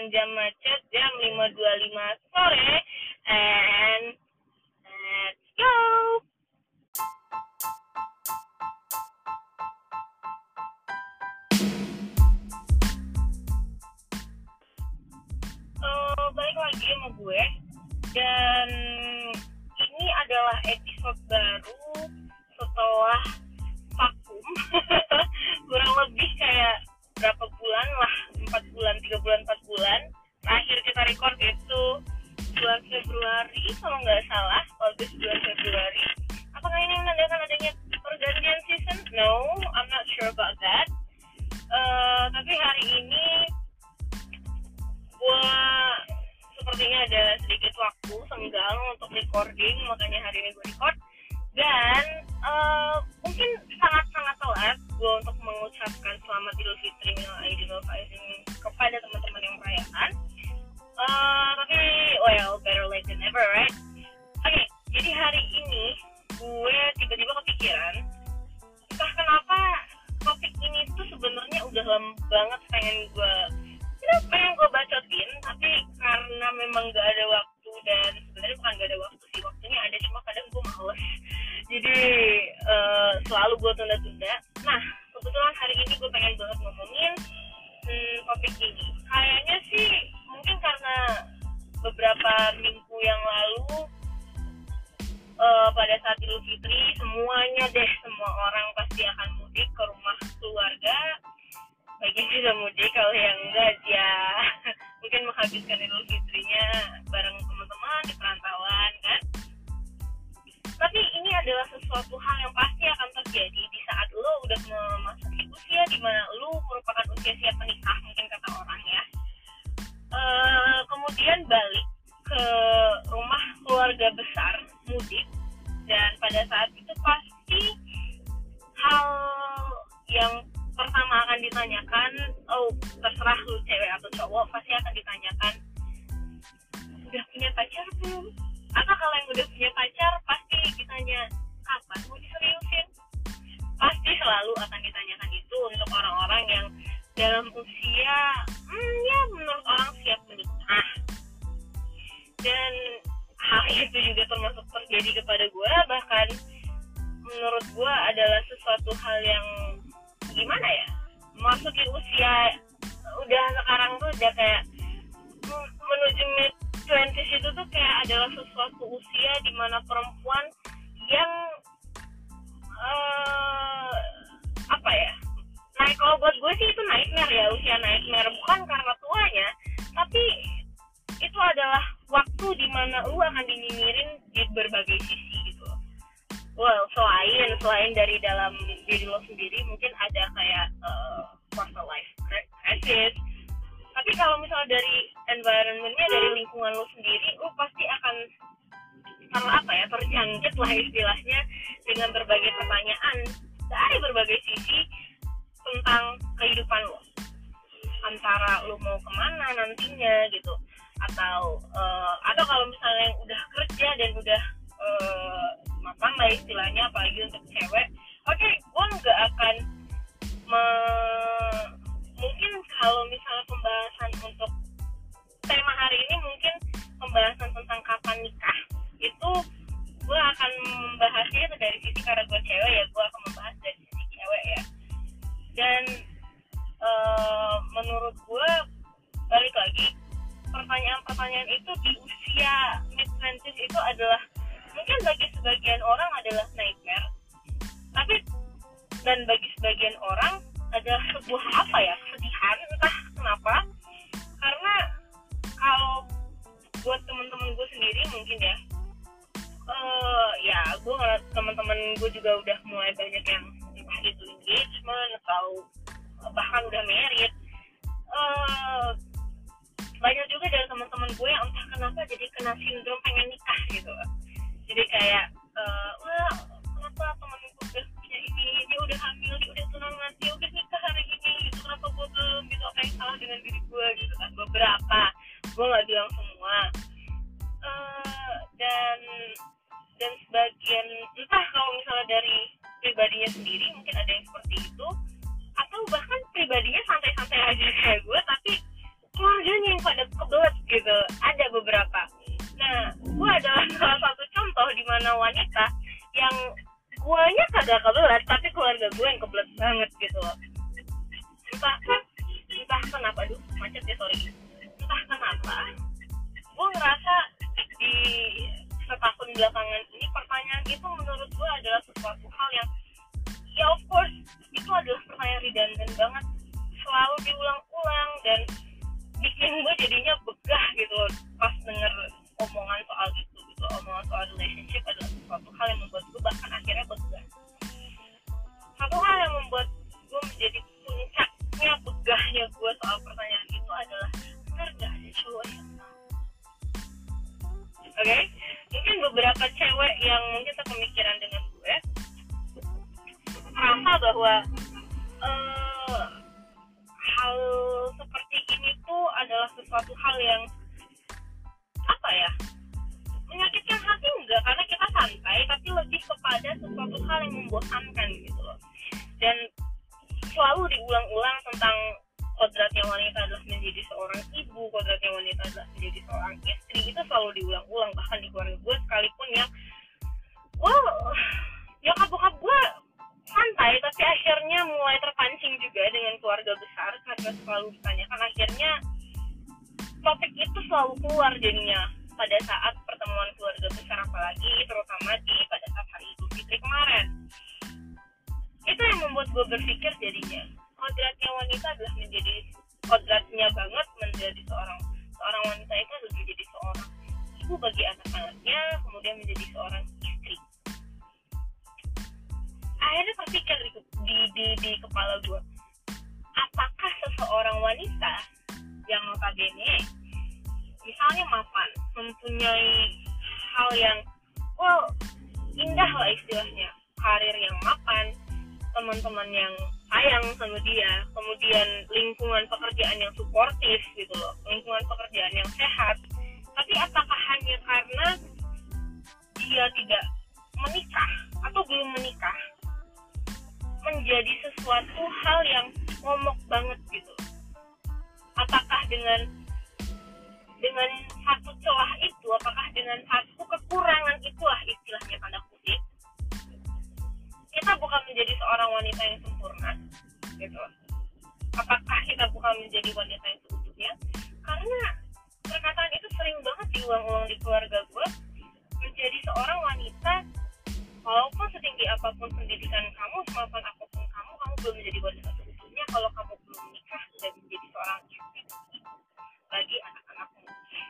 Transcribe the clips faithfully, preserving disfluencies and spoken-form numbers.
jam macet jam lima dua puluh lima sore. And let's go. Uh, balik lagi sama gue. Dan ini adalah episode baru setelah vakum. Kurang lebih kayak berapa bulan lah, empat bulan, tiga bulan, empat bulan. Terakhir kita record itu bulan Februari kalau nggak salah, August bulan Februari. Apakah ini menandakan adanya pergantian season? No, I'm not sure about that. Uh, tapi hari ini gue sepertinya ada sedikit waktu senggang untuk recording, makanya hari ini gue record. Dan uh, mungkin sangat-sangat telat gue untuk mengucapkan selamat Idul Fitri minal aidin wal faizin kepada teman-teman yang merayakan. Uh, tapi well, better late than never, right? Oke, okay, jadi hari ini gue tiba-tiba kepikiran, entah kenapa topik ini tuh sebenarnya udah lama banget pengen gue, ya pengen gue bacotin, tapi karena memang gak ada waktu, dan sebenarnya bukan gak ada waktu sih, waktunya ada, cuma kadang gue males. Jadi uh, selalu gue tunda-tunda. Nah, kebetulan hari ini gue pengen banget ngomongin hmm, topik ini. Kayaknya sih mungkin karena beberapa minggu yang lalu uh, pada saat Idul Fitri semuanya deh, semua orang pasti akan mudik ke rumah keluarga. Bagi yang bisa mudik, kalau yang enggak ya mungkin menghabiskan Idul Fitrinya bareng teman-teman di perantauan kan. Tapi ini adalah sesuatu hal yang pasti akan terjadi di saat lo udah memasuki usia di mana lo merupakan usia siap menikah, mungkin kata orang ya. Uh, kemudian balik ke rumah keluarga besar, mudik, dan pada saat itu pasti hal yang pertama akan ditanyakan, oh terserah lu cewek atau cowok, pasti akan ditanyakan, udah punya pacar belum? Atau kalau yang udah punya pacar pasti ditanya, kapan mau diseriusin? Pasti selalu akan ditanyakan itu untuk orang-orang yang dalam usia hmm, ya menurut orang siap menikah. Dan hal itu juga termasuk terjadi kepada gue, bahkan menurut gue adalah sesuatu hal yang gimana ya, masuki usia udah sekarang tuh udah kayak menuju mid twenties itu tuh kayak adalah sesuatu usia di mana perempuan yang uh, apa ya, naik, kalau buat gue sih itu nightmare ya, usia nightmare, bukan karena tuanya, tapi itu adalah waktu di mana lu akan dinyinyirin di berbagai sisi gitu. Well, selain selain dari dalam diri lo sendiri, mungkin ada kayak uh, quarter life crisis. Tapi kalau misalnya dari environment-nya, dari lingkungan lo sendiri, lo pasti akan ter apa ya, terjangkit lah istilahnya dengan berbagai pertanyaan dari berbagai sisi tentang kehidupan lo. Antara lo mau kemana nantinya gitu, atau uh, atau kalau misalnya yang udah kerja dan udah uh, mapan lah istilahnya, apalagi untuk cewek. Oke, okay, gue nggak akan me- mungkin kalau misalnya pembahasan untuk tema hari ini mungkin pembahasan tentang kapan nikah, itu gue akan membahasnya itu dari sisi, karena gue cewek ya, gue akan membahas dari sisi cewek ya. Dan uh, menurut gue, balik lagi, pertanyaan-pertanyaan itu di usia mid twenties itu adalah mungkin bagi sebagian orang adalah nightmare, tapi dan bagi sebagian orang adalah sebuah apa ya, kesedihan, entah kenapa. Karena kalau buat teman-teman gue sendiri mungkin ya, uh, ya gue ngeliat teman-teman gue juga udah mulai banyak yang entah itu engagement atau bahkan udah married. Uh, banyak juga dari teman-teman gue yang entah kenapa jadi kena sindrom pengen nikah gitu. Jadi kayak, uh, wah kenapa temen gue udah punya ini, dia udah hamil, dia udah tunangan, dia udah nikah hari ini, gitu, kenapa gue belum, gitu, apa yang salah dengan diri gue, gitu kan. Beberapa, gue gak bilang semua. Uh, dan dan sebagian, entah kalau misalnya dari pribadinya sendiri mungkin ada yang seperti itu, atau bahkan pribadinya santai-santai aja kayak gue, tapi keluarganya yang pada belakangan ini pertanyaan itu menurut gue adalah sesuatu hal yang ya of course itu adalah pertanyaan redundant banget, selalu diulang-ulang dan bikin gue jadinya begah gitu loh pas denger omongan soal itu gitu. Omongan soal relationship adalah sesuatu hal yang membuat gue bahkan akhirnya begah. Satu hal yang membuat gue menjadi puncaknya begahnya gue soal pertanyaan itu adalah benar gak ada cowok yang tahu? Oke, okay? Mungkin beberapa cewek yang mungkin sepemikiran dengan gue merasa bahwa uh, hal seperti ini tuh adalah sesuatu hal yang apa ya, menyakitkan hati enggak, karena kita santai, tapi lebih kepada sesuatu hal yang membosankan gitu loh. Dan selalu diulang-ulang tentang kodratnya wanita adalah menjadi seorang ibu, kodratnya wanita adalah menjadi seorang istri, itu selalu diulang-ulang bahkan di keluarga gue sekalipun yang well, ya bokap gue santai, tapi akhirnya mulai terpancing juga dengan keluarga besar karena selalu ditanyakan, akhirnya topik itu selalu keluar jadinya pada saat pertemuan keluarga besar, apalagi terutama di pada saat hari Idul Fitri kemarin. Itu yang membuat gue berpikir jadinya kodratnya wanita adalah menjadi kodratnya banget menjadi seorang seorang wanita itu adalah menjadi seorang ibu bagi anak-anaknya, kemudian menjadi seorang istri. Akhirnya terpikir di, di, di, di kepala gue, apakah seseorang wanita yang notabene misalnya mapan, mempunyai hal yang well indah lah istilahnya, karir yang mapan, teman-teman yang sayang sama dia, kemudian lingkungan pekerjaan yang suportif gitu loh, lingkungan pekerjaan yang sehat, tapi apakah hanya karena dia tidak menikah atau belum menikah menjadi sesuatu hal yang momok banget gitu? Apakah dengan dengan satu celah itu, apakah dengan satu kekurangan itulah istilahnya tanda kutip, kita bukan menjadi seorang wanita yang sempurna gitu? Apakah kita bukan menjadi wanita yang seutuhnya? Karena perkataan itu sering banget diulang-ulang di keluarga gue, menjadi seorang wanita walaupun setinggi apapun pendidikan kamu, semampan apapun kamu, kamu belum menjadi wanita seutuhnya kalau kamu belum menikah dan menjadi seorang istri bagi anak-anakmu.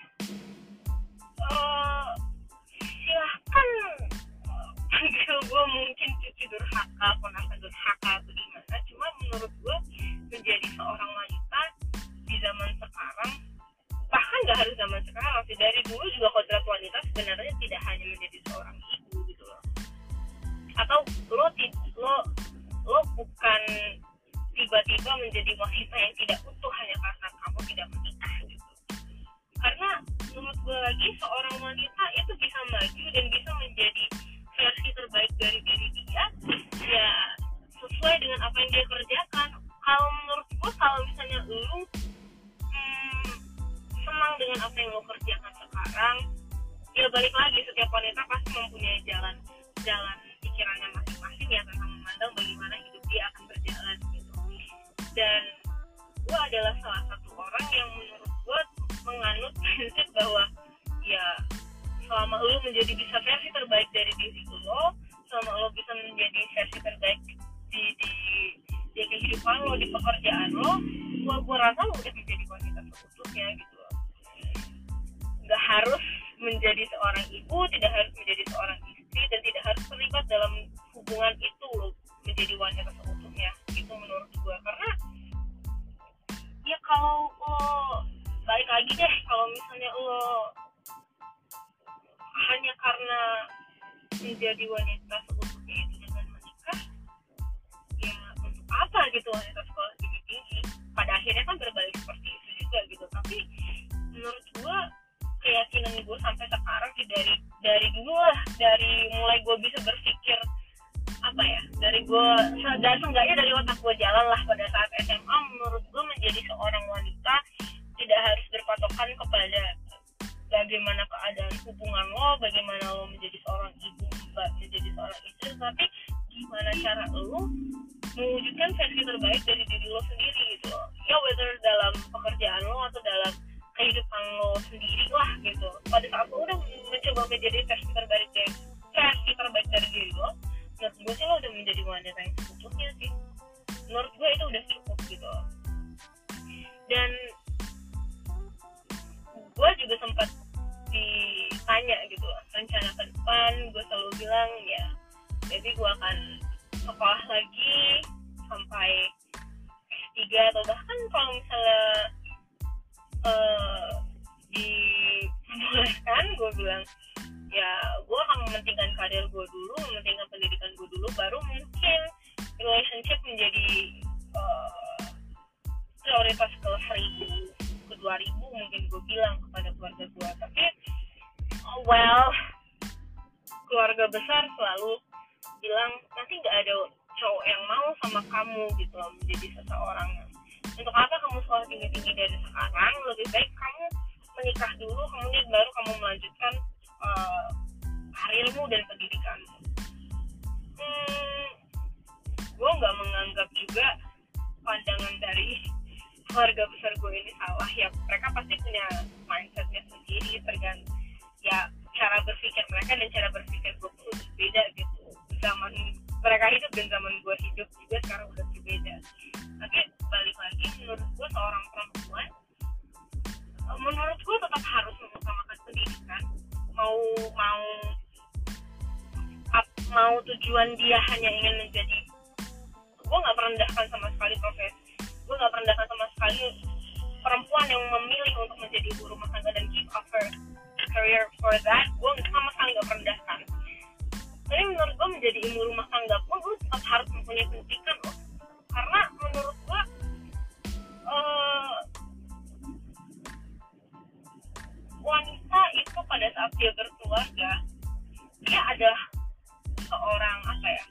Uh, silahkan panggil gue mungkin cucu durhaka, ponakan durhaka atau gimana, cuma menurut gue menjadi seorang wanita di zaman sekarang, bahkan gak harus zaman sekarang sih, dari dulu juga kodrat wanita sebenarnya tidak hanya menjadi seorang ibu gitu loh, atau lo lo lo bukan tiba-tiba menjadi wanita yang tidak utuh hanya karena kamu tidak menikah gitu. Karena menurut gue lagi, seorang wanita itu bisa maju dan bisa menjadi versi terbaik dari diri dia ya sesuai dengan apa yang dia kerjakan. Kalau menurut gue, kalau misalnya lu hmm, senang dengan apa yang lo kerjakan sekarang, ya balik lagi, setiap wanita pasti mempunyai jalan jalan pikirannya masing-masing ya, tentang memandang bagaimana hidup dia akan berjalan gitu. Dan gue adalah salah satu orang yang menurut gue menganut prinsip bahwa ya selama lo menjadi bisa versi terbaik dari diri lo, selama lo bisa menjadi versi terbaik di di, di, di kehidupan lo, di pekerjaan lo, gue gue rasa lo udah menjadi wanita seutuhnya gitu loh. Nggak harus menjadi seorang ibu, tidak harus menjadi seorang istri, dan tidak harus terlibat dalam hubungan itu lo menjadi wanita seutuhnya. Itu menurut gue, karena ya kalau lo balik lagi deh, kalau misalnya lo hanya karena menjadi wanita seutuhnya itu dengan menikah, ya untuk apa gitu wanita sekolah tinggi-tinggi? Pada akhirnya kan berbalik seperti itu juga gitu. Tapi menurut gue, keyakinan gue sampai sekarang sih, dari dari dulu lah, dari mulai gue bisa berpikir apa ya, dari gue dan seenggaknya dari otak gue jalan lah pada saat S M A, menurut gue menjadi seorang wanita tidak harus berpatokan kepada bagaimana keadaan hubungan lo, bagaimana lo menjadi seorang ibu, menjadi seorang istri, tapi gimana cara lo mewujudkan versi terbaik dari diri lo sendiri gitu loh. Ya whether dalam pekerjaan lo atau dalam kehidupan lo sendiri lah gitu. Pada saat lo udah menjadi coba menjadi versi terbaik dari versi terbaik dari diri lo, menurut gue sih lo udah menjadi wanita yang secukupnya sih. Menurut gue itu udah cukup gitu. Dan gue juga sempat ditanya gitu rencana ke depan, gue selalu bilang ya jadi gue akan sekolah lagi sampai S tiga atau bahkan kalau misalnya uh, dibolehkan, gue bilang ya gue akan mementingkan karir gue dulu, mementingkan pendidikan gue dulu, baru mungkin relationship menjadi uh, prioritas ke seribu, ke dua ribu mungkin gue bilang kepada keluarga gue. Tapi oh well, keluarga besar selalu bilang nanti nggak ada cowok yang mau sama kamu gitu loh, menjadi seseorang. Untuk apa kamu sekolah tinggi-tinggi dari sekarang? Lebih baik kamu menikah dulu, kemudian baru kamu melanjutkan uh, karirmu dan pendidikanmu. Hmm, gue nggak menganggap juga pandangan dari keluarga besar gue ini salah ya. Mereka pasti punya mindsetnya sendiri, tergantung ya cara berpikir mereka dan cara berpikir gue pun udah beda gitu. Zaman mereka hidup dan zaman gue hidup juga sekarang udah berbeda. Tapi balik lagi, menurut gue seorang perempuan, menurut gue tetap harus mengutamakan pendidikan. Mau mau ap, mau tujuan dia hanya ingin menjadi, gue nggak merendahkan sama sekali profesi, gue nggak merendahkan sama sekali perempuan yang memilih untuk menjadi ibu rumah tangga dan give up her career for that. Gue sama sekali nggak merendahkan. Tapi menurut gue menjadi ibu rumah tangga pun lu tetap harus mempunyai pendidikan loh. Karena menurut gue uh, wanita itu pada saat dia berkeluarga, dia adalah seorang apa ya,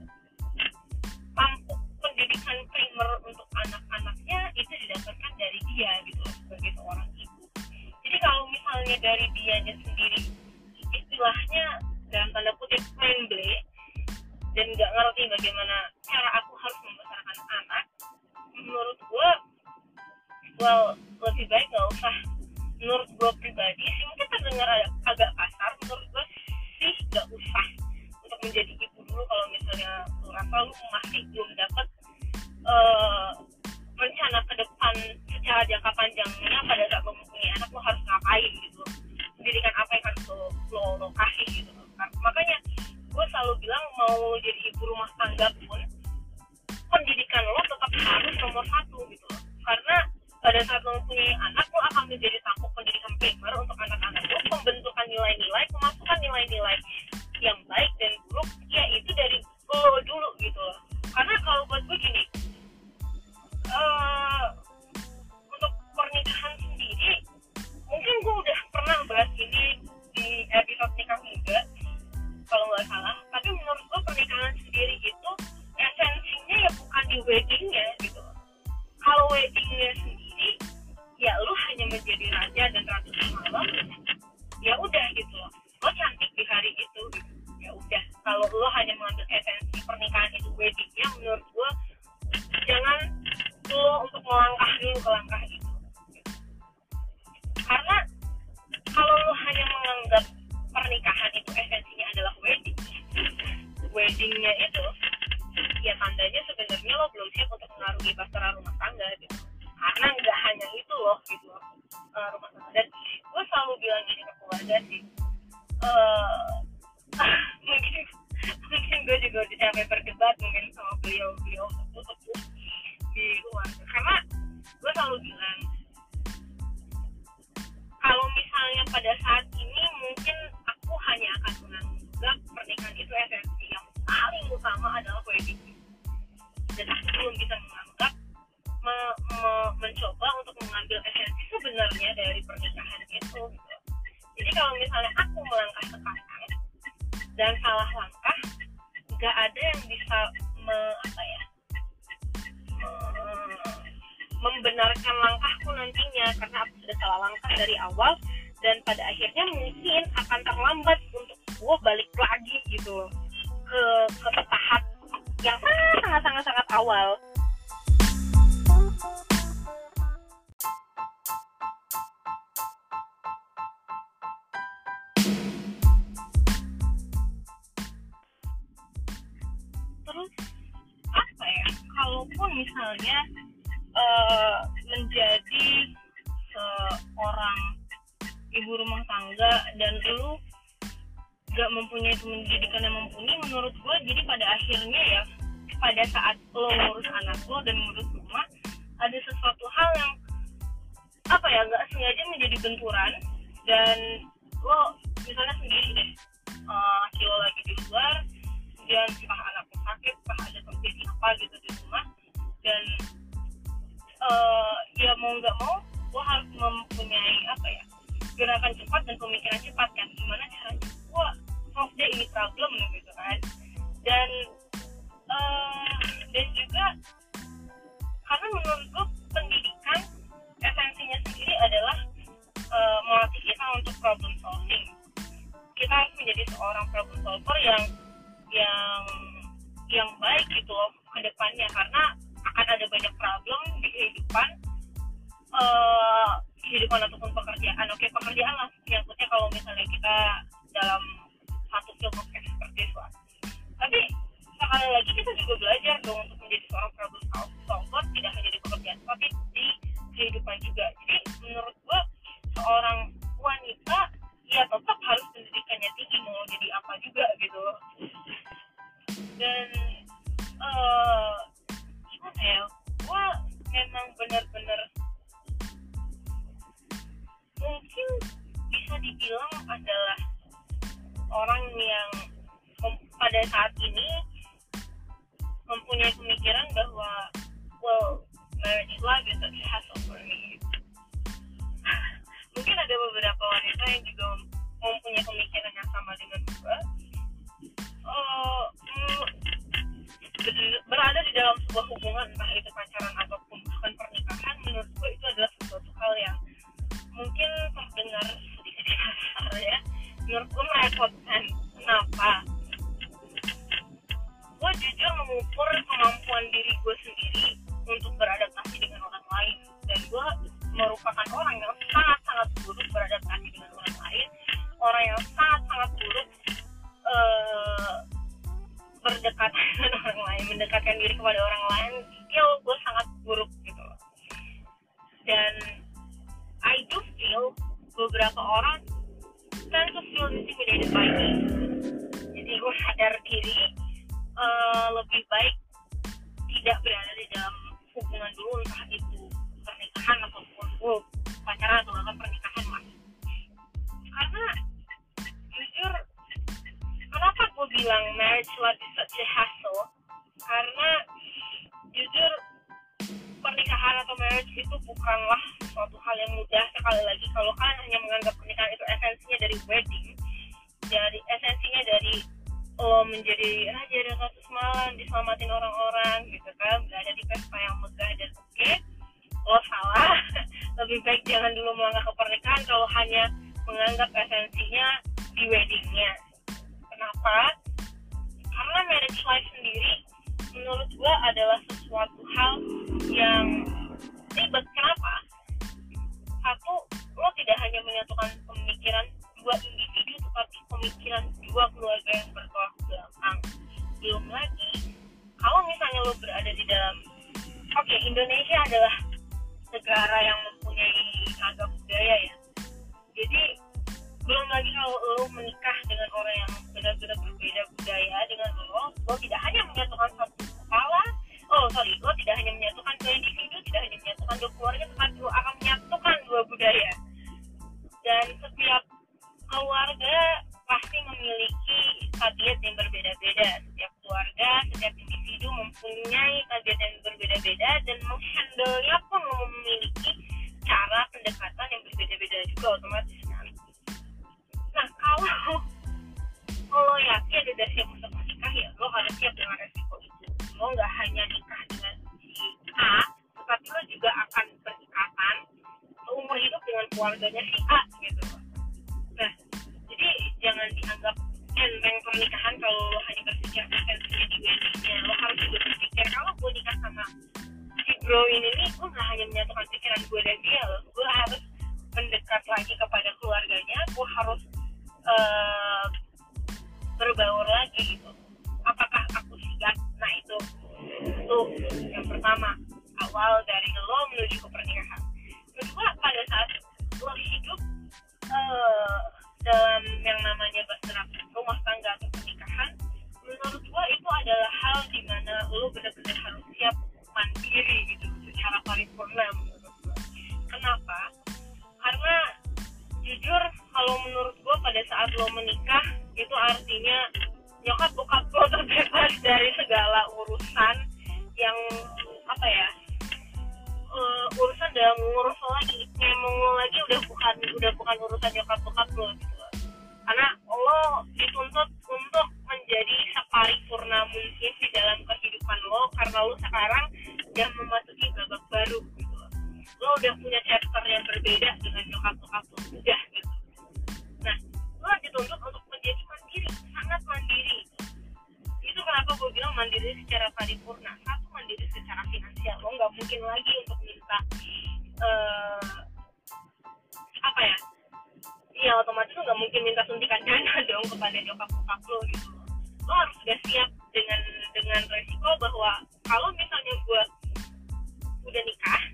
mampu pendidikan primer untuk anak-anaknya itu didapatkan dari dia gitu loh, sebagai seorang ibu. Jadi kalau misalnya dari dianya sendiri istilahnya dalam tanda kutip memble dan nggak ngerti bagaimana cara aku harus membesarkan anak, menurut gue well lebih baik nggak usah. Menurut gue pribadi sih, mungkin terdengar agak kasar, menurut gue sih nggak usah untuk menjadi ibu dulu. Kalau misalnya lu rasa lu masih belum dapat uh, rencana ke depan secara jangka panjangnya pada saat lo mempunyai anak, lo harus ngapain gitu, pendidikan apa yang harus lo, lo, lo kasih gitu. Makanya gue selalu bilang mau jadi ibu rumah tangga pun pendidikan lo tetap harus nomor satu gitu loh. Karena pada saat lo mempunyai anak, lo akan menjadi tampuk pendidikan primer untuk anak-anak lo, pembentukan nilai-nilai, pemasukan nilai-nilai yang baik dan buruk ya itu dari lo dulu gitu loh. Karena kalau buat gue gini, uh, untuk pernikahan sendiri mungkin gue udah pernah bahas ini di episode nikah muda kalau nggak salah. Tapi menurut gue pernikahan sendiri itu esensinya ya bukan di weddingnya gitu. Kalau weddingnya sendiri ya lu hanya menjadi raja dan ratu semalam, ya udah gitu loh, lo cantik di hari itu gitu. Ya udah, kalau lo hanya mengambil esensi pernikahan itu weddingnya, menurut gue jangan lo untuk melangkah dulu ke langkah itu gitu. Karena kalau lo hanya menganggap pernikahan itu esensinya adalah wedding, weddingnya itu ya tandanya sebenarnya lo belum siap untuk mengarungi bahtera rumah tangga gitu. Karena nggak hanya itu loh gitu loh, uh, rumah tangga. Dan gue selalu bilang gini ke keluarga sih, uh, mungkin mungkin gue juga udah capek berdebat mungkin sama beliau-beliau sepuh-sepuh di luar. Karena gue selalu bilang kalau misalnya pada saat ini mungkin aku hanya akan menganggap pernikahan itu esensi yang paling utama adalah wedding, dan aku belum bisa menganggap me, me, mencoba untuk mengambil esensi sebenarnya dari pernikahan itu gitu. Jadi kalau misalnya aku melangkah sekarang dan salah langkah, nggak ada yang bisa me, apa ya me, membenarkan langkahku nantinya, karena aku sudah salah langkah dari awal dan pada akhirnya mungkin akan terlambat untuk gue balik lagi gitu ke ke tahap yang sangat sangat sangat awal. misalnya uh, menjadi seorang ibu rumah tangga dan lu gak mempunyai pendidikan yang mumpuni, menurut gue jadi pada akhirnya ya pada saat lo ngurus anak lo dan ngurus rumah ada sesuatu hal yang apa ya gak sengaja menjadi benturan, dan lo misalnya sendiri deh uh, laki lo lagi di luar, kemudian entah anak lo sakit, entah ada terjadi apa gitu di rumah, dan uh, ya mau gak mau lo harus mempunyai apa ya gerakan cepat dan pemikiran cepat kan, gimana caranya gue solve deh ini problem gitu kan. Dan uh, dan juga karena menurut gue pendidikan esensinya sendiri adalah uh, melatih kita untuk problem solving. Kita harus menjadi seorang problem solver yang yang yang baik gitu loh ke depannya, karena akan ada banyak problem di kehidupan uh, kehidupan ataupun pekerjaan. Oke, pekerjaan lah nyangkutnya kalau misalnya kita dalam satu field of expertise lah. Tapi sekali lagi kita juga belajar dong untuk menjadi seorang problem solver, tidak hanya di pekerjaan tapi di kehidupan juga. Jadi menurut gua seorang wanita ya tetap harus pendidikannya tinggi mau jadi apa juga gitu loh. Dan uh, gimana ya, gua memang benar-benar mungkin bisa dibilang adalah orang yang mem- pada saat ini mempunyai pemikiran bahwa well, marriage life is such a hassle for me. Mungkin ada beberapa wanita yang juga mempunyai pemikiran yang sama dengan gue. Uh, berada di dalam sebuah hubungan, entah itu pacaran ataupun bahkan pernikahan, menurut gue itu adalah sesuatu hal yang mungkin terdengar sedikit kasar ya, menurut gue merepotkan. Kenapa? Gue jujur mengukur kemampuan diri gue sendiri untuk beradaptasi dengan orang lain, dan gue merupakan orang yang sangat-sangat buruk beradaptasi dengan orang lain, orang yang sangat-sangat buruk uh, berdekatan dengan orang lain, mendekatkan diri kepada orang lain, skill gue sangat buruk gitu loh. Dan I do feel beberapa orang tend to feel intimidated by me. Jadi gue sadar diri uh, lebih baik tidak berada di dalam hubungan dulu, entah itu pernikahan ataupun oh, pacaran atau bahkan pernikahan lah. Karena jujur, kenapa gue bilang marriage life is such a hassle? Karena jujur pernikahan atau marriage itu bukanlah suatu hal yang mudah. Sekali lagi, kalau kalian hanya menganggap pernikahan itu esensinya dari wedding, dari esensinya dari lo menjadi raja dan ratu semalam, diselamatin orang-orang gitu kan, berada di pesta yang megah dan oke, okay, lo salah. Lebih baik jangan dulu melangkah ke pernikahan kalau hanya menganggap esensinya di weddingnya. Kenapa? Karena marriage life sendiri menurut gue adalah sesuatu hal yang ribet. Kenapa? Satu, lo tidak hanya menyatukan pemikiran dua individu, tetapi pemikiran dua keluarga yang bertolak belakang. Belum lagi, kalau misalnya lo berada di dalam, oke, okay, Indonesia adalah negara yang mempunyai ragam budaya ya. Jadi belum lagi kalau lo menikah dengan orang yang benar-benar berbeda budaya dengan lo, lo tidak hanya menyatukan satu kepala, oh sorry, lo tidak hanya menyatukan dua individu, tidak hanya menyatukan dua keluarga, tetapi lo akan menyatukan dua budaya. Dan setiap keluarga pasti memiliki tabiat yang berbeda-beda. Setiap keluarga, setiap individu mempunyai tabiat yang berbeda-beda, dan menghandle-nya pun memiliki cara pendekatan yang berbeda-beda juga otomatis kan. Nah, kalau lo yakin udah siap untuk menikah, ya lo harus siap dengan resiko itu. Lo nggak hanya nikah dengan si A, tetapi lo juga akan berikatan seumur hidup dengan keluarganya si A gitu. Nah, jadi jangan dianggap enteng pernikahan kalau lo hanya berpikir esensinya di weddingnya. Lo harus juga berpikir, kalau gue nikah sama si bro ini nih, gue nggak hanya menyatukan pikiran gue dan dia loh, gue harus mendekat lagi kepada keluarganya, gue harus uh, berbaur lagi gitu. Apakah aku siap? Nah itu itu yang pertama. pertama awal dari lo menuju ke pernikahan. Kedua, pada saat lo hidup uh, dalam yang namanya bergerak rumah tangga atau pernikahan, menurut gue itu adalah hal dimana lo benar-benar harus siap mandiri gitu secara paripurna menurut gue. Kenapa? Karena jujur kalau menurut gue pada saat lo menikah itu artinya nyokap bokap lo terbebas dari segala urusan yang apa ya uh, urusan dalam ngurus lo lagi, ngomong lo lagi udah bukan udah bukan urusan nyokap bokap lo gitu. Karena lo dituntut untuk menjadi separipurna mungkin di dalam kehidupan lo, karena lo sekarang udah memasuki babak baru gitu. Lo udah punya chapter yang berbeda dengan nyokap bokap lo, udah gitu. Nah, lo dituntut untuk menjadi mandiri, sangat mandiri. Itu kenapa gue bilang mandiri secara paripurna. Satu, mandiri secara finansial. Lo nggak mungkin lagi untuk minta uh, apa ya? Iya, otomatis lo nggak mungkin minta suntikan dana dong kepada nyokap bokap lo gitu. Lo harus sudah siap dengan dengan resiko bahwa kalau misalnya gue udah nikah,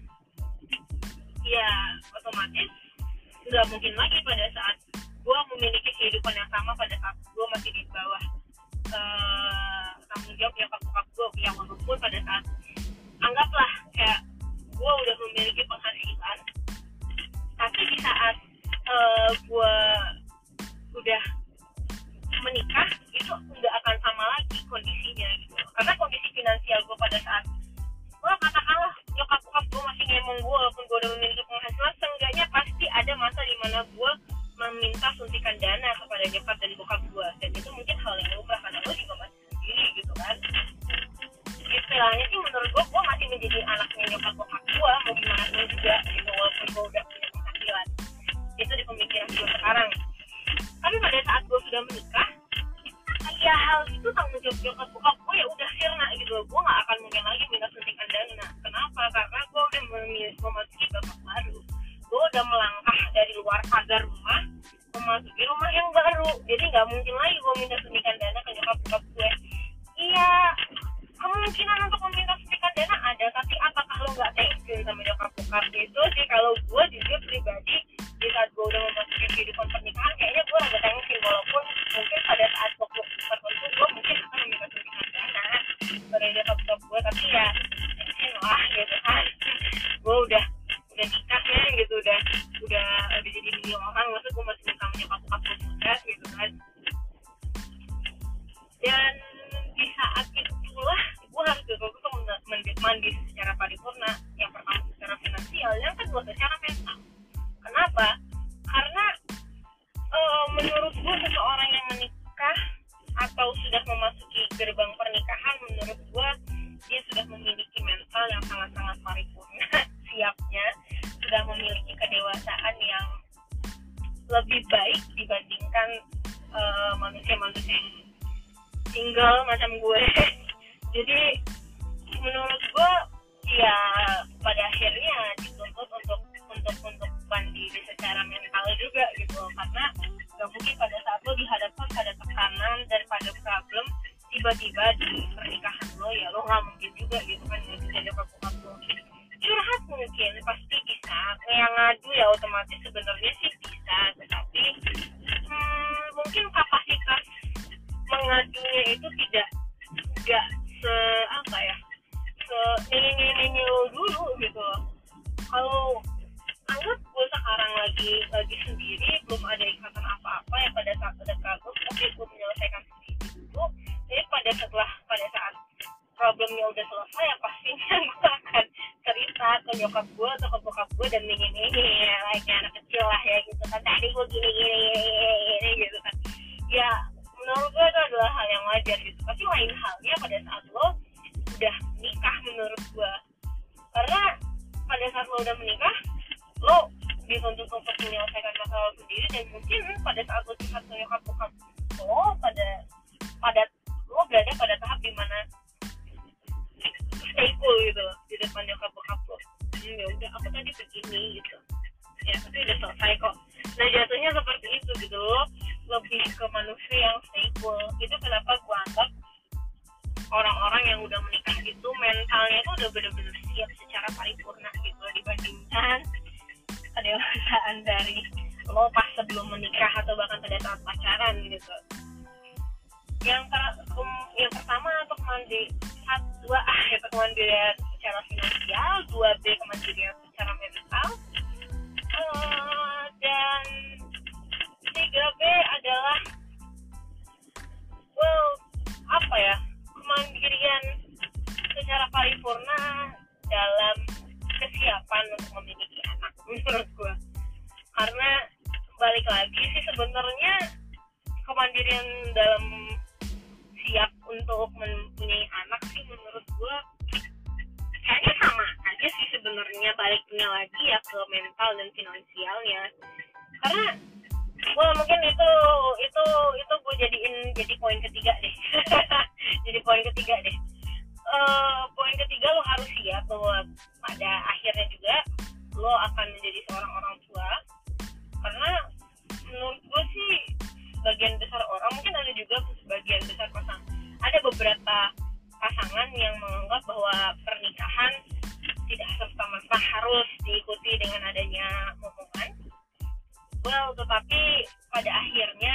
ya otomatis nggak mungkin lagi pada saat gue memiliki kehidupan yang sama pada saat gue masih di bawah uh, tanggung jawab nyokap bokap gue. Yang walaupun pada saat anggaplah kayak gue udah memiliki penghasilan, tapi di saat uh, gue udah menikah itu nggak akan sama lagi kondisinya gitu. Karena kondisi finansial gue pada saat gue katakanlah nyokap bokap gue masih ngemong gue walaupun gue udah memiliki penghasilan, seenggaknya pasti ada masa di mana gue meminta suntikan dana kepada nyokap dan bokap gue, dan itu mungkin hal yang lumrah karena gue juga masih sendiri gitu kan. Istilahnya sih menurut gue, gue masih menjadi anaknya nyokap bokap gue mau gimana pun juga gitu, walaupun gue udah punya penghasilan. Itu di pemikiran gue sekarang. Tapi pada saat gue sudah menikah, ya hal itu tanggung jawab nyokap bokap gue ya udah sirna gitu. Gue gak akan mungkin lagi minta suntikan dana. Kenapa? Karena gue udah memasuki babak baru. Gue udah melangkah dari luar pagar rumah memasuki rumah yang baru. Jadi gak mungkin lagi gue minta suntikan dana ke nyokap bokap gue. Iya, kemungkinan untuk meminta suntikan dana ada, tapi apakah lo gak thanksgiving sama nyokap bokap? Itu sih kalau gue jujur pribadi, di saat gue udah memasuki kehidupan pernikahan, kayaknya gue agak thanksgiving, walaupun mungkin pada saat waktu tertentu gue mungkin akan meminta suntikan dana dari nyokap bokap gue, tapi ya thanksgiving lah gitu kan. Gue udah udah nikah ya gitu, udah udah udah jadi bini orang, maksud gue masih minta nyokap bokap gue juga gitu kan. Dan di saat itulah gue harus betul-betul mandiri secara paripurna. Yang pertama secara finansial, yang kedua secara mental. Kenapa? Karena e, menurut gue seseorang yang menikah atau sudah memasuki gerbang pernikahan, menurut gue dia sudah memiliki mental yang sangat-sangat paripurna, siapnya, sudah memiliki kedewasaan yang lebih baik dibandingkan e, manusia-manusia yang single macam gue. Jadi menurut gue ya pada akhirnya dituntut untuk untuk untuk mandiri secara mental juga gitu, karena nggak mungkin pada saat lo dihadapkan pada tekanan dan pada problem tiba-tiba di pernikahan lo, ya lo nggak mungkin juga gitu kan nggak bisa jawab bokap lo. Curhat mungkin pasti bisa, yang ngadu ya otomatis sebenarnya sih bisa, tetapi hmm, mungkin kapasitas mengadunya itu tidak tidak se apa ya se nyanyi-nyanyi lo dulu gitu. Kalau anggap gue sekarang lagi lagi sendiri, belum ada ikatan apa-apa ya, pada saat ada problem oke gue menyelesaikan sendiri dulu. Jadi pada setelah pada saat problemnya udah selesai ya pastinya gue akan cerita ke nyokap gue atau ke bokap gue dan nyanyi-nyanyi ya, like anak kecil lah ya gitu kan, tadi gue gini gini gini gitu kan. Ya menurut gue itu adalah hal yang wajar gitu. Tapi lain halnya pada saat lo udah nikah menurut gue, karena pada saat lo udah menikah lo dituntut untuk menyelesaikan masalah sendiri, dan mungkin pada saat lo curhat ke nyokap bokap lo pada pada lo berada pada tahap dimana stay cool gitu di depan nyokap bokap lo. Hmm, ya udah aku tadi begini gitu ya, tapi udah selesai kok. Nah jatuhnya seperti itu gitu, lo lebih ke manusia yang stay cool. Itu kenapa gue anggap orang-orang yang udah menikah gitu mentalnya itu udah bener-bener siap secara paripurna gitu dibandingkan kedewasaan dari lo pas sebelum menikah atau bahkan pada saat pacaran gitu. Yang per- um, yang pertama untuk mandiri, satu dua ah ya kemandirian secara finansial, dua B kemandirian secara mental, uh, dan tiga B adalah well apa ya kemandirian secara paripurna dalam kesiapan untuk memiliki anak menurut gue. Karena balik lagi sih sebenarnya kemandirian dalam siap untuk mempunyai anak sih menurut gue kayaknya sama aja sih sebenarnya, baliknya lagi ya ke mental dan finansialnya. Karena well mungkin itu itu itu gue jadiin jadi poin ketiga deh. Jadi poin ketiga deh. Uh, poin ketiga lo harus siap bahwa pada akhirnya juga lo akan menjadi seorang orang tua. Karena menurut gue sih sebagian besar orang, mungkin ada juga sebagian besar pasangan, ada beberapa pasangan yang menganggap bahwa pernikahan tidak serta-merta harus diikuti dengan adanya momongan. Well, tetapi pada akhirnya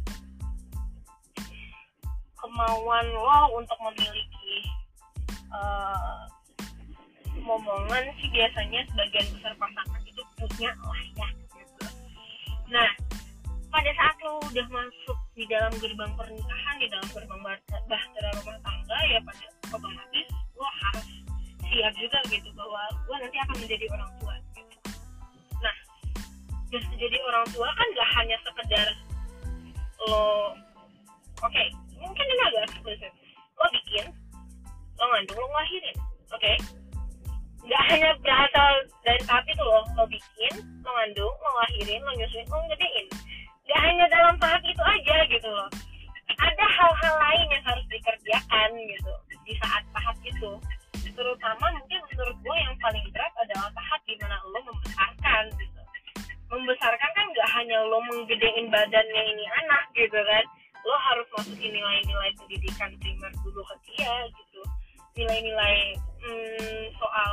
kemauan lo untuk memiliki uh, momongan sih biasanya sebagian besar pasangan itu punya lah ya gitu. Nah, pada saat lo udah masuk di dalam gerbang pernikahan, di dalam gerbang bahtera rumah tangga, ya pada otomatis lo harus siap juga gitu bahwa gue nanti akan menjadi orang tua gitu. Nah, dan menjadi orang tua kan gak hanya sekedar lo oke, okay, mungkin ini agak eksklusif, lo bikin, lo ngandung, lo ngelahirin, oke okay? Gak hanya berasal dari tahap itu lo, lo bikin, lo ngandung, lo ngelahirin, lo nyusuin, lo ngedein. Gak hanya dalam tahap itu aja gitu loh. Ada hal-hal lain yang harus dikerjakan gitu di saat tahap itu. Terutama mungkin menurut gue yang paling berat adalah tahap di mana lo membesarkan gitu. Membesarkan kan gak hanya lo menggedein badannya ini anak gitu kan. Lo harus masukin nilai-nilai pendidikan primer dulu ke dia gitu. Nilai-nilai hmm, soal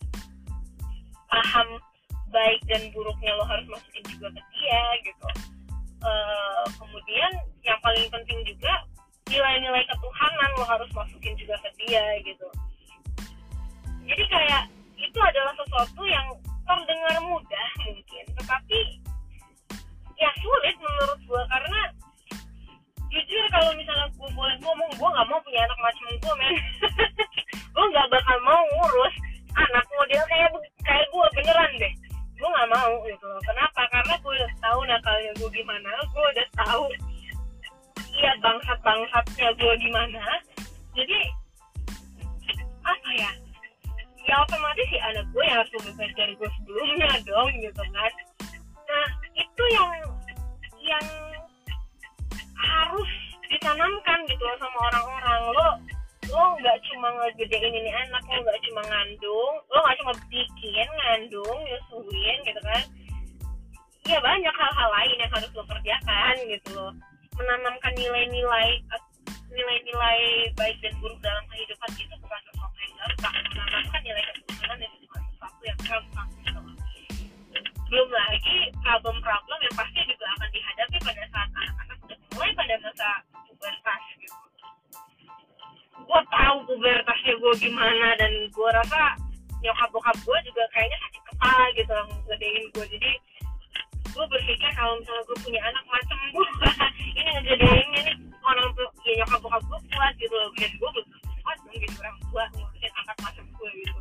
paham baik dan buruknya lo harus masukin juga ke dia gitu. Uh, kemudian yang paling penting juga nilai-nilai ketuhanan lo harus masukin juga ke dia gitu. Jadi kayak itu adalah sesuatu yang terdengar mudah mungkin, tetapi ya sulit menurut gue. Karena jujur kalau misalnya gue boleh ngomong, gue nggak mau punya anak macam gue men. Gue nggak bakal mau ngurus anak model kayak kayak gue beneran deh. Gue nggak mau gitu loh. Kenapa? Karena gue udah tahu nakalnya gue gimana. Gue udah tahu iya bangsat-bangsatnya gue gimana. Jadi apa ya? Ya otomatis sih anak gue yang harus lebih baik dari gue sebelumnya dong gitu kan. Nah itu yang yang harus ditanamkan gitu loh sama orang-orang. Lo lo nggak cuma ngegedein ini anak, lo nggak cuma ngandung, lo nggak cuma bikin, ngandung, nyusuin gitu kan. Ya banyak hal-hal lain yang harus lo kerjakan gitu loh. Menanamkan nilai-nilai nilai-nilai baik dan buruk dalam kehidupan itu bukan sesuatu yang gampang. Menanamkan nilai ketuhanan itu bukan sesuatu yang gampang gitu loh. Belum lagi problem-problem yang pasti juga akan dihadapi pada saat anak-anak sudah mulai pada masa pubertas gitu. Gue tahu pubertasnya gue gimana, dan gue rasa nyokap bokap gue juga kayaknya sakit kepala gitu loh ngegedein gue. Jadi gue berpikir kalau misalnya gue punya anak macam gue ini ngegedeinnya nih orang tuh ya nyokap bokap gue kuat gitu loh, dan gue belum kuat dong gitu orang tua ngurusin anak macam gue gitu.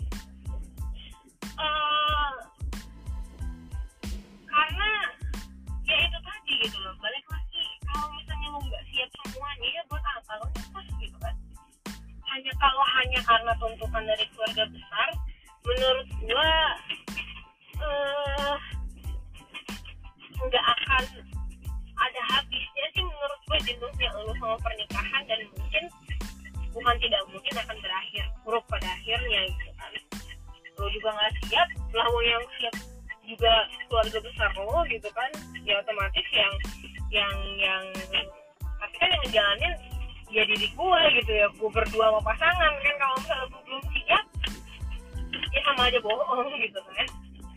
Uh, karena ya itu tadi gitu loh, balik lagi kalau misalnya lo nggak siap semuanya ya buat apa lo nyesas gitu kan. Hanya kalau hanya karena tuntutan dari keluarga besar, menurut gue uh, nggak akan ada habisnya sih menurut gue jenuhnya lo sama pernikahan, dan mungkin bukan tidak mungkin akan berakhir buruk pada akhirnya gitu kan. Lo juga nggak siap, lalu yang siap juga keluarga besar lo gitu kan, ya otomatis yang yang yang tapi kan yang ngejalanin ya diri gue gitu ya, gue berdua sama pasangan kan. Kalau misalnya gue belum siap ya sama aja bohong gitu kan.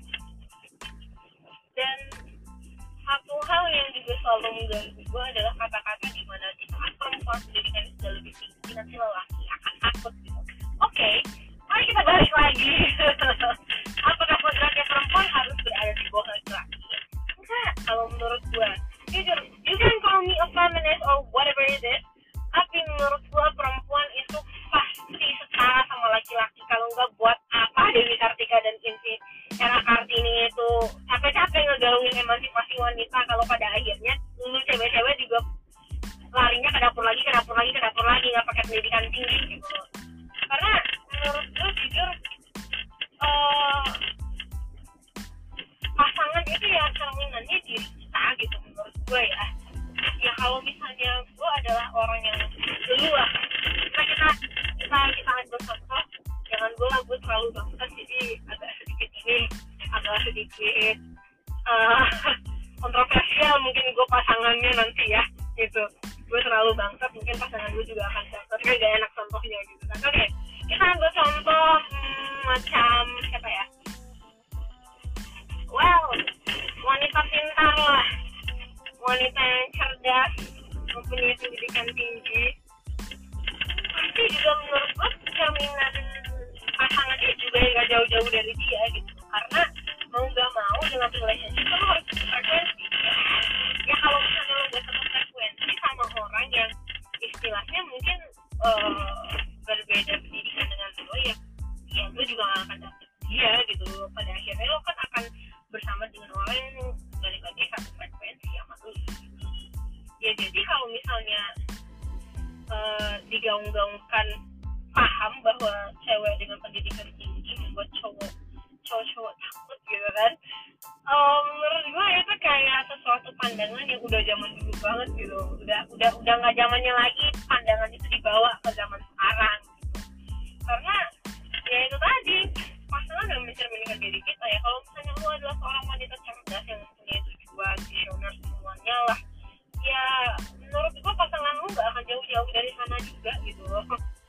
Dan satu hal yang juga selalu mengganggu gue adalah kata-kata di mana di saat perempuan pendidikan sudah lebih tinggi nanti lelaki akan takut gitu. Oke, okay, mari kita balik lagi. Apakah kodratnya perempuan harus berada di bawah laki-laki? Enggak, kalau menurut gue. Jujur, you can call me a feminist or whatever it is, tapi menurut gue perempuan itu pasti setara sama laki-laki. Kalau enggak, buat apa Dewi Kartika dan Inti Era Kartini itu capek-capek ngegaungin emansipasi wanita kalau pada akhirnya lu cewek-cewek juga larinya ke dapur lagi, ke dapur lagi, ke dapur lagi, nggak pakai pendidikan tinggi gitu. Karena menurut gue jujur uh, pasangan itu ya cerminannya diri kita gitu menurut gue ya. Ya kalau misalnya gue adalah orang yang dulu lah, kita kita kita kita ambil contoh, jangan gue lah gue terlalu bangsat jadi agak sedikit ini, agak sedikit uh, kontroversial mungkin gue pasangannya nanti ya gitu. Gue terlalu bangsat mungkin pasangan gue juga akan bangsat kan, gak enak contohnya gitu kan. Oke, kita ambil contoh hmm, macam siapa ya? Well, wanita pintar lah, wanita yang cerdas, mempunyai pendidikan tinggi, pasti juga menurut gue cerminan pasangannya juga yang gak jauh-jauh dari dia gitu. Karena mau gak mau dalam relationship lo harus frekuensi ya. Ya kalau misalnya lo gak satu frekuensi sama orang yang istilahnya mungkin uh, berbeda pendidikan dengan lo, ya ya lo juga gak akan dapet dia gitu. Pada akhirnya lo kan akan bersama dengan orang yang balik lagi satu frekuensi sama lo. Ya jadi kalau misalnya uh, digaung-gaungkan paham bahwa cewek dengan pendidikan tinggi membuat cowok cowok-cowok takut gitu kan, um, menurut gue itu kayak sesuatu pandangan yang udah zaman dulu banget gitu. Udah udah udah nggak zamannya lagi pandangan itu dibawa ke zaman sekarang gitu. Karena ya itu tadi pasangan yang mencerminkan diri kita ya. Kalau misalnya lu adalah seorang wanita cerdas yang mempunyai tujuan, visioner semuanya lah, ya menurut gue pasangan lu nggak akan jauh-jauh dari sana juga gitu loh.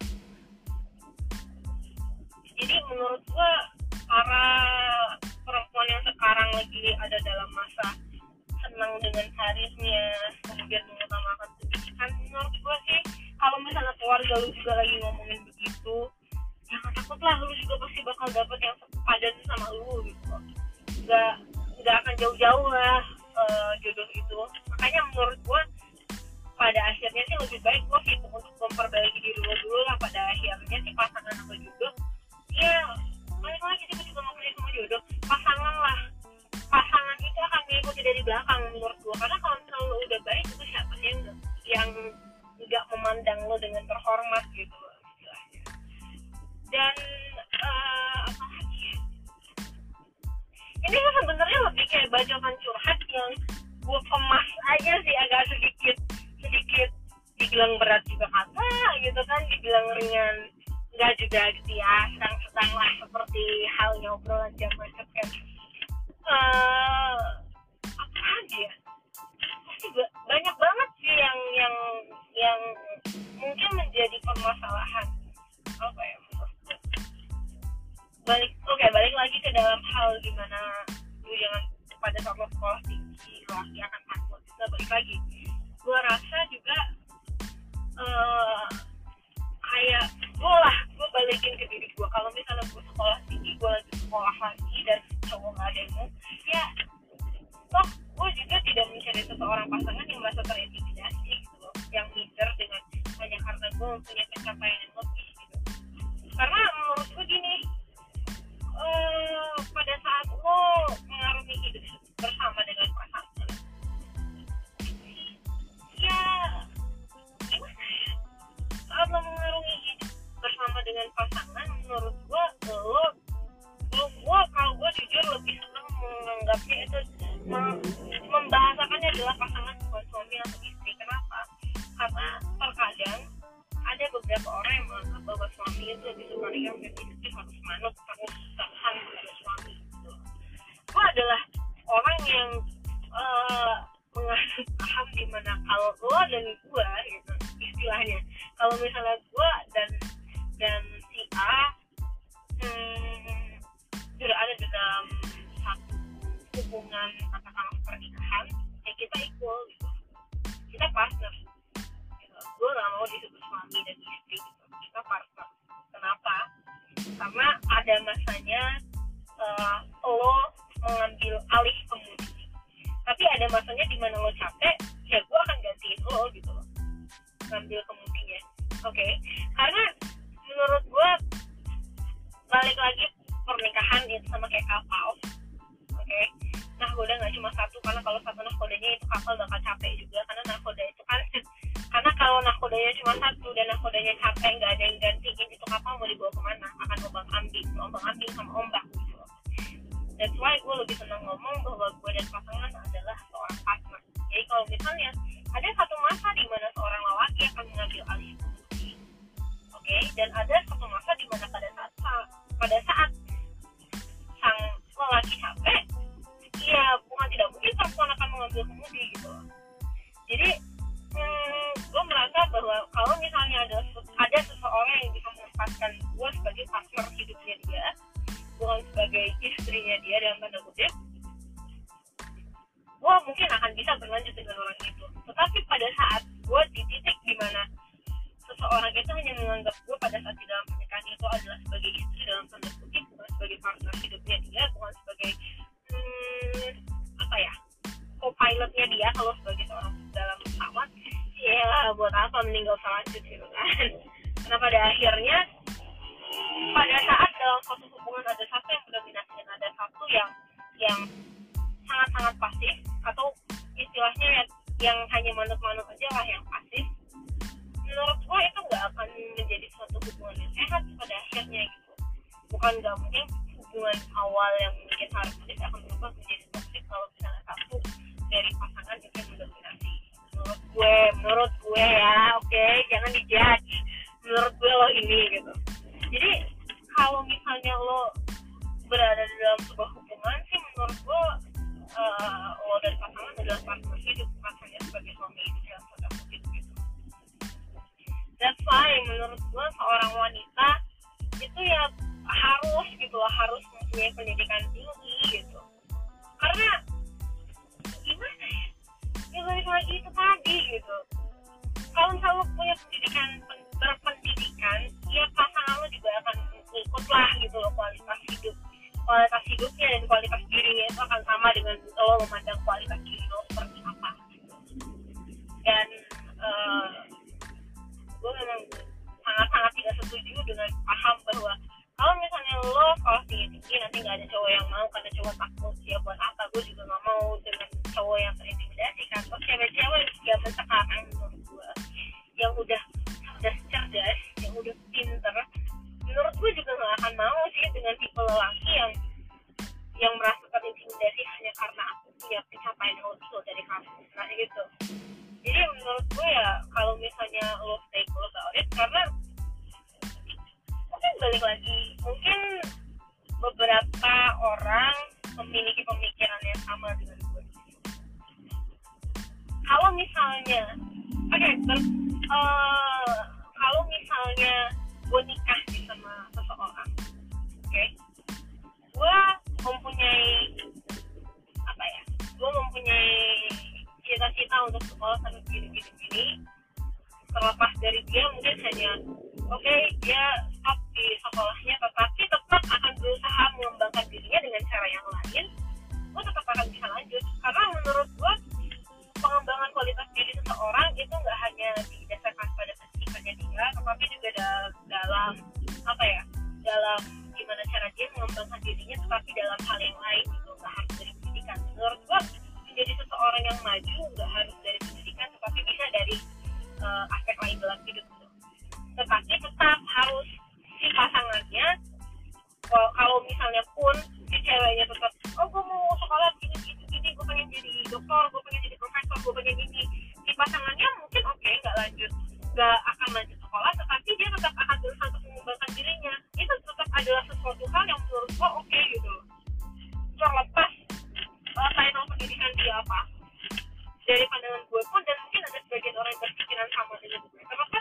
Jadi menurut gue para perempuan yang sekarang lagi ada dalam masa senang dengan karirnya, kemudian mengutamakan pendidikan, menurut gue sih kalau misalnya keluarga lu juga lagi ngomongin begitu, jangan takut lah, lu juga pasti bakal dapet yang sepadan sama lu gitu. Gak, gak akan jauh-jauh lah uh, jodoh itu. Makanya menurut gue pada akhirnya sih lebih baik lo sibuk untuk memperbaiki diri lo dulu lah. Pada akhirnya sih pasangan apa jodoh ya balik lagi sih, gue juga gak percaya sama jodoh. Pasangan lah, pasangan itu akan mengikuti dari belakang menurut gue. Karena kalau misalnya lo udah baik, itu siapa sih yang yang nggak memandang lo dengan terhormat gitu loh istilahnya. Dan uh, apa lagi ya, ini kan sebenarnya lebih kayak bacotan curhat yang gue kemas aja sih, agak sedikit sedikit dibilang berat juga kagak gitu kan, dibilang ringan enggak juga gitu ya, sedang-sedang lah seperti halnya obrolan zaman kan. Uh, apa lagi ya, pasti banyak banget sih yang yang yang mungkin menjadi permasalahan apa ya menurut gue. Balik, oke okay, balik lagi ke dalam hal gimana lu jangan pada saat lo sekolah tinggi laki akan takut. Kita balik lagi, gue rasa juga uh, kayak gue lah, gue balikin ke diri gue. Kalau misalnya gue sekolah tinggi, gue lagi sekolah lagi dan cowok gak ada yang mau, ya toh gue juga tidak mencari seseorang pasangan yang merasa terintimidasi gitu loh, yang minder dengan hanya karena gue mempunyai pencapaian yang lebih gitu. Karena menurut gue gini, uh, pada saat lo mengarungi hidup bersama dengan pasangan, ya gimana ya, saat lo mengarungi hidup bersama dengan pasangan, menurut gue lo lo gue kalau gue jujur lebih senang menganggapnya itu mem- membahasakannya adalah pasangan bukan suami atau istri. Kenapa? Karena terkadang ada beberapa orang yang menganggap bahwa suami itu lebih superior dan istri harus manut terus tahan pada suami gitu. Gue adalah orang yang uh, mengasih paham dimana kalau lo dan gue gitu, istilahnya. Kalau misalnya gue dan dan si A hmm, sudah ada dalam satu hubungan katakanlah pernikahan, ya kita equal gitu, kita partner gitu. Gue gak mau disebut suami dan istri gitu, kita partner. Kenapa? Karena ada masanya uh, lo mengambil alih kemudi, tapi ada masanya di mana lo capek, ya gue akan gantiin lo gitu loh, ngambil kemudinya. Oke, okay? Karena menurut gue balik lagi pernikahan itu sama kayak kapal. Oke, okay? Nahkoda nggak cuma satu, karena kalau satu nahkodanya itu kapal bakal capek juga, karena nahkoda itu kan karena kalau nahkodanya cuma satu dan nahkodanya capek nggak ada yang gantiin, itu kapal mau dibawa kemana? Akan ombang ambing, ombang ambing sama ombak gitu loh. That's why gue lebih senang ngomong bahwa gue dan pasangan adalah seorang partner. Jadi kalau misalnya ada satu masa di mana seorang lelaki akan mengambil alih kemudi, oke, okay? Dan ada satu masa di mana pada saat pada saat sang lelaki capek, ya bukan tidak mungkin perempuan akan mengambil kemudi gitu loh. Jadi hmm, gue merasa bahwa kalau misalnya ada ada seseorang yang bisa menempatkan gue sebagai partner hidupnya dia, bukan sebagai istrinya dia dalam tanda kutip, gue mungkin akan bisa berlanjut dengan orang itu. Tetapi pada saat gue di titik dimana seseorang itu hanya menganggap gue pada saat di dalam pernikahan itu adalah sebagai istri dalam tanda kutip, bukan sebagai partner hidupnya dia, bukan sebagai hmm, apa ya, co-pilotnya dia kalau sebagai seorang dalam pesawat, ya buat apa meninggal selanjut gitu kan. Karena pada akhirnya pada saat dalam suatu hubungan ada satu yang mendominasi dan ada satu yang yang sangat-sangat pasif, atau istilahnya yang, yang hanya manut-manut aja lah yang pasif, menurut gue itu nggak akan menjadi suatu hubungan yang sehat pada akhirnya gitu. Bukan nggak mungkin hubungan awal yang mungkin harmonis akan berubah menjadi toksik kalau misalnya satu dari pasangan itu yang mendominasi. Menurut gue, menurut gue ya, oke, okay? Jangan dijudge. Menurut gue lo ini gitu. Jadi kalau misalnya lo berada di dalam sebuah hubungan sih, menurut gue uh, lo dan pasangan adalah partner hidup, bukan hanya sebagai suami istri dalam tanda kutip gitu. That's why menurut gue seorang wanita itu ya harus gitu lah, harus mempunyai pendidikan tinggi gitu. Karena gimana ya, ya balik lagi itu tadi gitu. Kalau misalnya lo punya pendidikan, berpendidikan, ya pasangan lo juga akan ikut lah gitu loh, kualitas hidup, kualitas hidupnya dan kualitas dirinya itu akan sama dengan lo memandang kualitas diri lo seperti apa gitu. Dan uh, gue memang sangat-sangat tidak setuju dengan paham bahwa kalau misalnya lo kalau tinggi-tinggi nanti nggak ada cowok yang mau karena cowok takut, ya buat apa? Gue juga nggak mau dengan cowok yang terintimidasi kan. Terus cewek-cewek zaman sekarang menurut gue yang udah udah cerdas, yang udah pinter, menurut gue juga nggak akan mau sih dengan tipe lelaki yang yang merasa terintimidasi hanya karena aku punya pencapaian yang lebih dari kamu, nah gitu. Jadi menurut gue ya kalau misalnya lo stay cool about it, karena mungkin balik lagi, mungkin beberapa orang memiliki pemikiran yang sama dengan gue. Kalau misalnya, oke, okay, uh, kalau misalnya gue nikah nih sama seseorang, oke, okay, gue mempunyai apa ya? Gue mempunyai cita-cita untuk sekolah sampai gini-gini, terlepas dari dia mungkin hanya oke okay, dia stop di sekolahnya, tetapi tetap akan berusaha mengembangkan dirinya dengan cara yang lain, gue tetap akan bisa lanjut. Karena menurut gue pengembangan kualitas diri seseorang itu nggak hanya didasarkan pada pendidikannya dia, tetapi juga dalam, dalam apa ya, dalam gimana cara dia mengembangkan dirinya, tetapi dalam hal yang lain gitu, nggak harus dari pendidikan. Menurut gue menjadi seseorang yang maju nggak harus dari pendidikan, tetapi bisa dari uh, aspek lain dalam hidup gitu. Tetapi tetap harus si pasangannya, kalau misalnya pun si ceweknya tetap, oh gue mau sekolah gini gini gini, gue pengen jadi dokter, gue pengen jadi profesor, gue pengen ini, si pasangannya mungkin oke okay, nggak lanjut, nggak akan lanjut sekolah, tetapi dia tetap akan berusaha untuk mengembangkan dirinya. Itu tetap adalah sesuatu hal yang menurut gue oke okay, gitu, terlepas uh, title pendidikan dia apa. Dari pandangan gue pun, dan mungkin ada sebagian orang yang berpikiran sama dengan gue, terlepas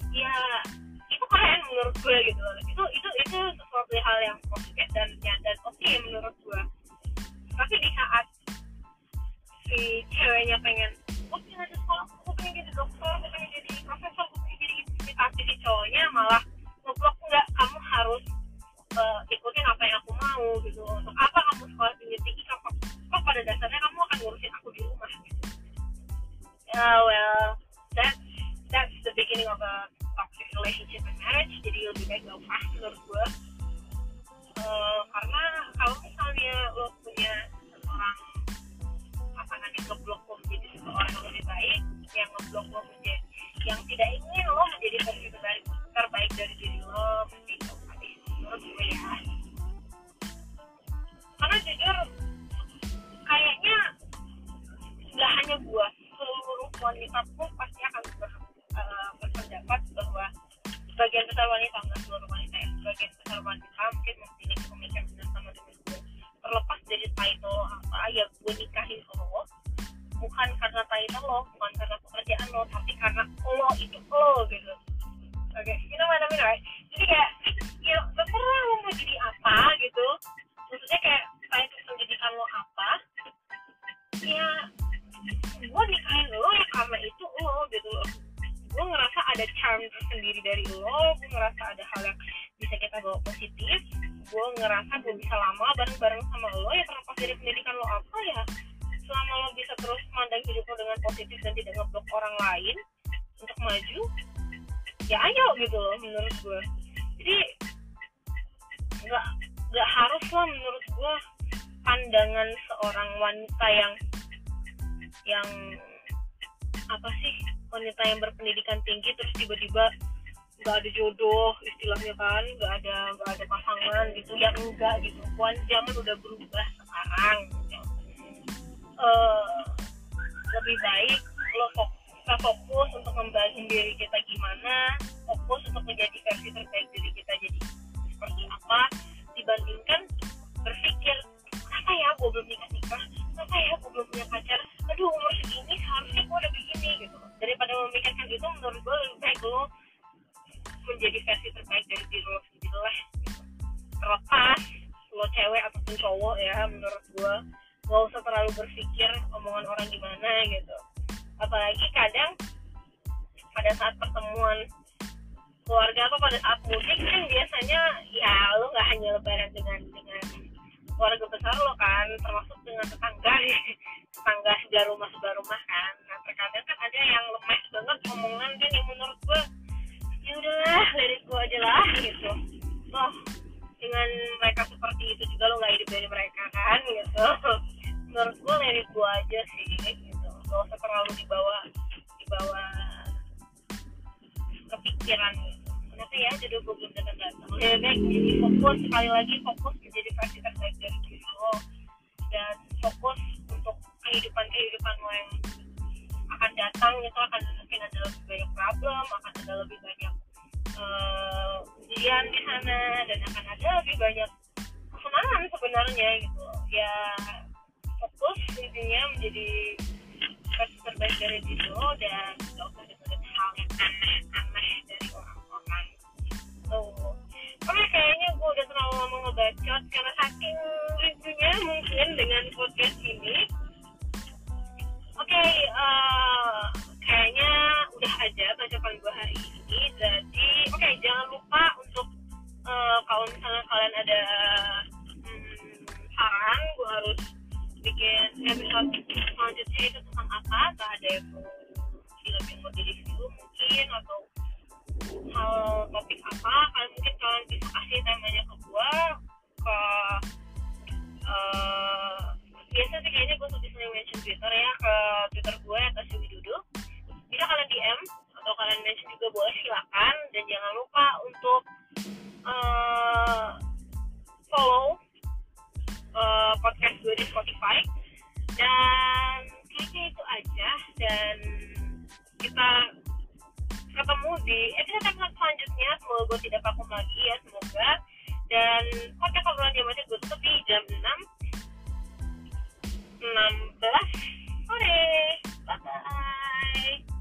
ya itu keren menurut gue gitu loh. itu itu itu sesuatu hal yang positif dan ya, dan oke okay, menurut gue. Tapi di saat si ceweknya pengen gue pengen ada sekolah, gue pengen jadi dokter, gue pengen jadi profesor, gue pengen jadi ini, tapi si cowoknya malah ngeblok, enggak, kamu harus uh, ikutin apa yang aku mau gitu. Untuk apa kamu sekolah tinggi tinggi kalau kok pada dasarnya kamu akan ngurusin aku di rumah gitu. Uh, well that that's the beginning of a toxic relationship and marriage. Jadi lebih baik gak usah menurut gue. Uh, karena kalau misalnya lo punya seorang pasangan yang ngeblok lo menjadi seseorang yang lebih baik, yang ngeblok lo menjadi yang tidak ingin lo menjadi versi terbaik, terbaik dari diri lo, mesti itu menurut gue ya. Karena jujur kayaknya nggak hanya gue, seluruh wanita pun pasti akan ber, uh, berpendapat bahwa sebagian besar wanita, nggak seluruh wanita ya, sebagian besar wanita mungkin memiliki pemikiran yang sama dengan gue. Terlepas dari title apa, ya gue nikahin lo bukan karena title lo, bukan karena pekerjaan lo, tapi karena lo itu lo gitu. Oke, okay. You know what I mean, right? Jadi kayak, ya terserah lo mau jadi apa gitu. Maksudnya kayak title pendidikan lo apa, ya gue nikahin lo ya karena itu lo gitu loh. Gue ngerasa ada charm tersendiri dari lo, gue ngerasa ada hal yang bisa kita bawa positif, gue ngerasa gue bisa lama bareng-bareng sama lo, ya terlepas dari pendidikan lo apa, ya selama lo bisa terus memandang hidup lo dengan positif dan tidak ngeblok orang lain untuk maju, ya ayo gitu loh menurut gue. Jadi nggak nggak harus lah menurut gue pandangan seorang wanita yang yang apa sih, wanita yang berpendidikan tinggi terus tiba-tiba nggak ada jodoh istilahnya kan, nggak ada nggak ada pasangan gitu, ya enggak gitu. Wan zaman udah berubah sekarang gitu. Uh, lebih baik lo fokus, kita fokus untuk membangun diri kita gimana, fokus untuk menjadi versi terbaik diri kita jadi seperti apa, dibandingkan berpikir apa ya gue belum nikah nikah, apa ya gue belum punya pacar, aduh umur segini seharusnya gue udah begini gitu. Daripada memikirkan itu, menurut gue lebih baik lo menjadi versi terbaik dari diri lo sendiri lah gitu. Terlepas lo cewek ataupun cowok ya, menurut gue gak usah terlalu berpikir omongan orang gimana gitu. Apalagi kadang pada saat pertemuan keluarga atau pada saat mudik kan biasanya ya lo gak hanya lebaran dengan dengan keluarga besar lo kan, termasuk dengan tetangga tetangga sebelah rumah sebelah rumah kan. Nah terkadang kan ada yang lemes banget omongan kan, yang menurut gue ya udahlah let it go aja lah gitu. Oh dengan mereka seperti itu juga lo gak hidup dari mereka kan gitu. Menurut gue let it go aja sih gitu, gak usah terlalu dibawa dibawa kepikiran gitu. Kenapa ya jodoh gue belum datang-datang. Lebih baik jadi fokus, sekali lagi fokus menjadi versi terbaik dari diri lo, dan fokus untuk kehidupan-kehidupan lo yang akan datang. Itu akan mungkin ada lebih banyak problem, akan ada lebih banyak uh, ujian di sana, dan akan ada lebih banyak kesenangan sebenarnya gitu ya. Fokus intinya menjadi versi terbaik dari diri lo, dan gak usah dengerin hal yang aneh-aneh dari orang-orang gitu. Oke, kayaknya gue udah terlalu lama ngebacot karena saking rindunya mungkin dengan podcast ini. Oke, okay, uh, kayaknya udah aja bacotan gue hari ini. Jadi, oke, okay, jangan lupa untuk uh, kalau misalnya kalian ada hmm, saran, gue harus bikin episode selanjutnya itu tentang apa, tak ada yang mau film yang mau di-review mungkin, atau hal topik apa, kalian mungkin kalian bisa kasih temanya ke gue, ke uh, biasa sih kayaknya gue suka sering mention Twitter ya, ke Twitter gue atau si Widudu. Bisa kalian D M atau kalian mention juga boleh, silakan. Dan jangan lupa untuk uh, follow uh, podcast gue di Spotify. Dan kayaknya itu aja, dan kita ketemu di episode-episode selanjutnya. Semoga gue tidak vakum lagi ya, semoga. Dan podcast obrolan dia masih gue tutup di jam enam belas sore. Bye bye.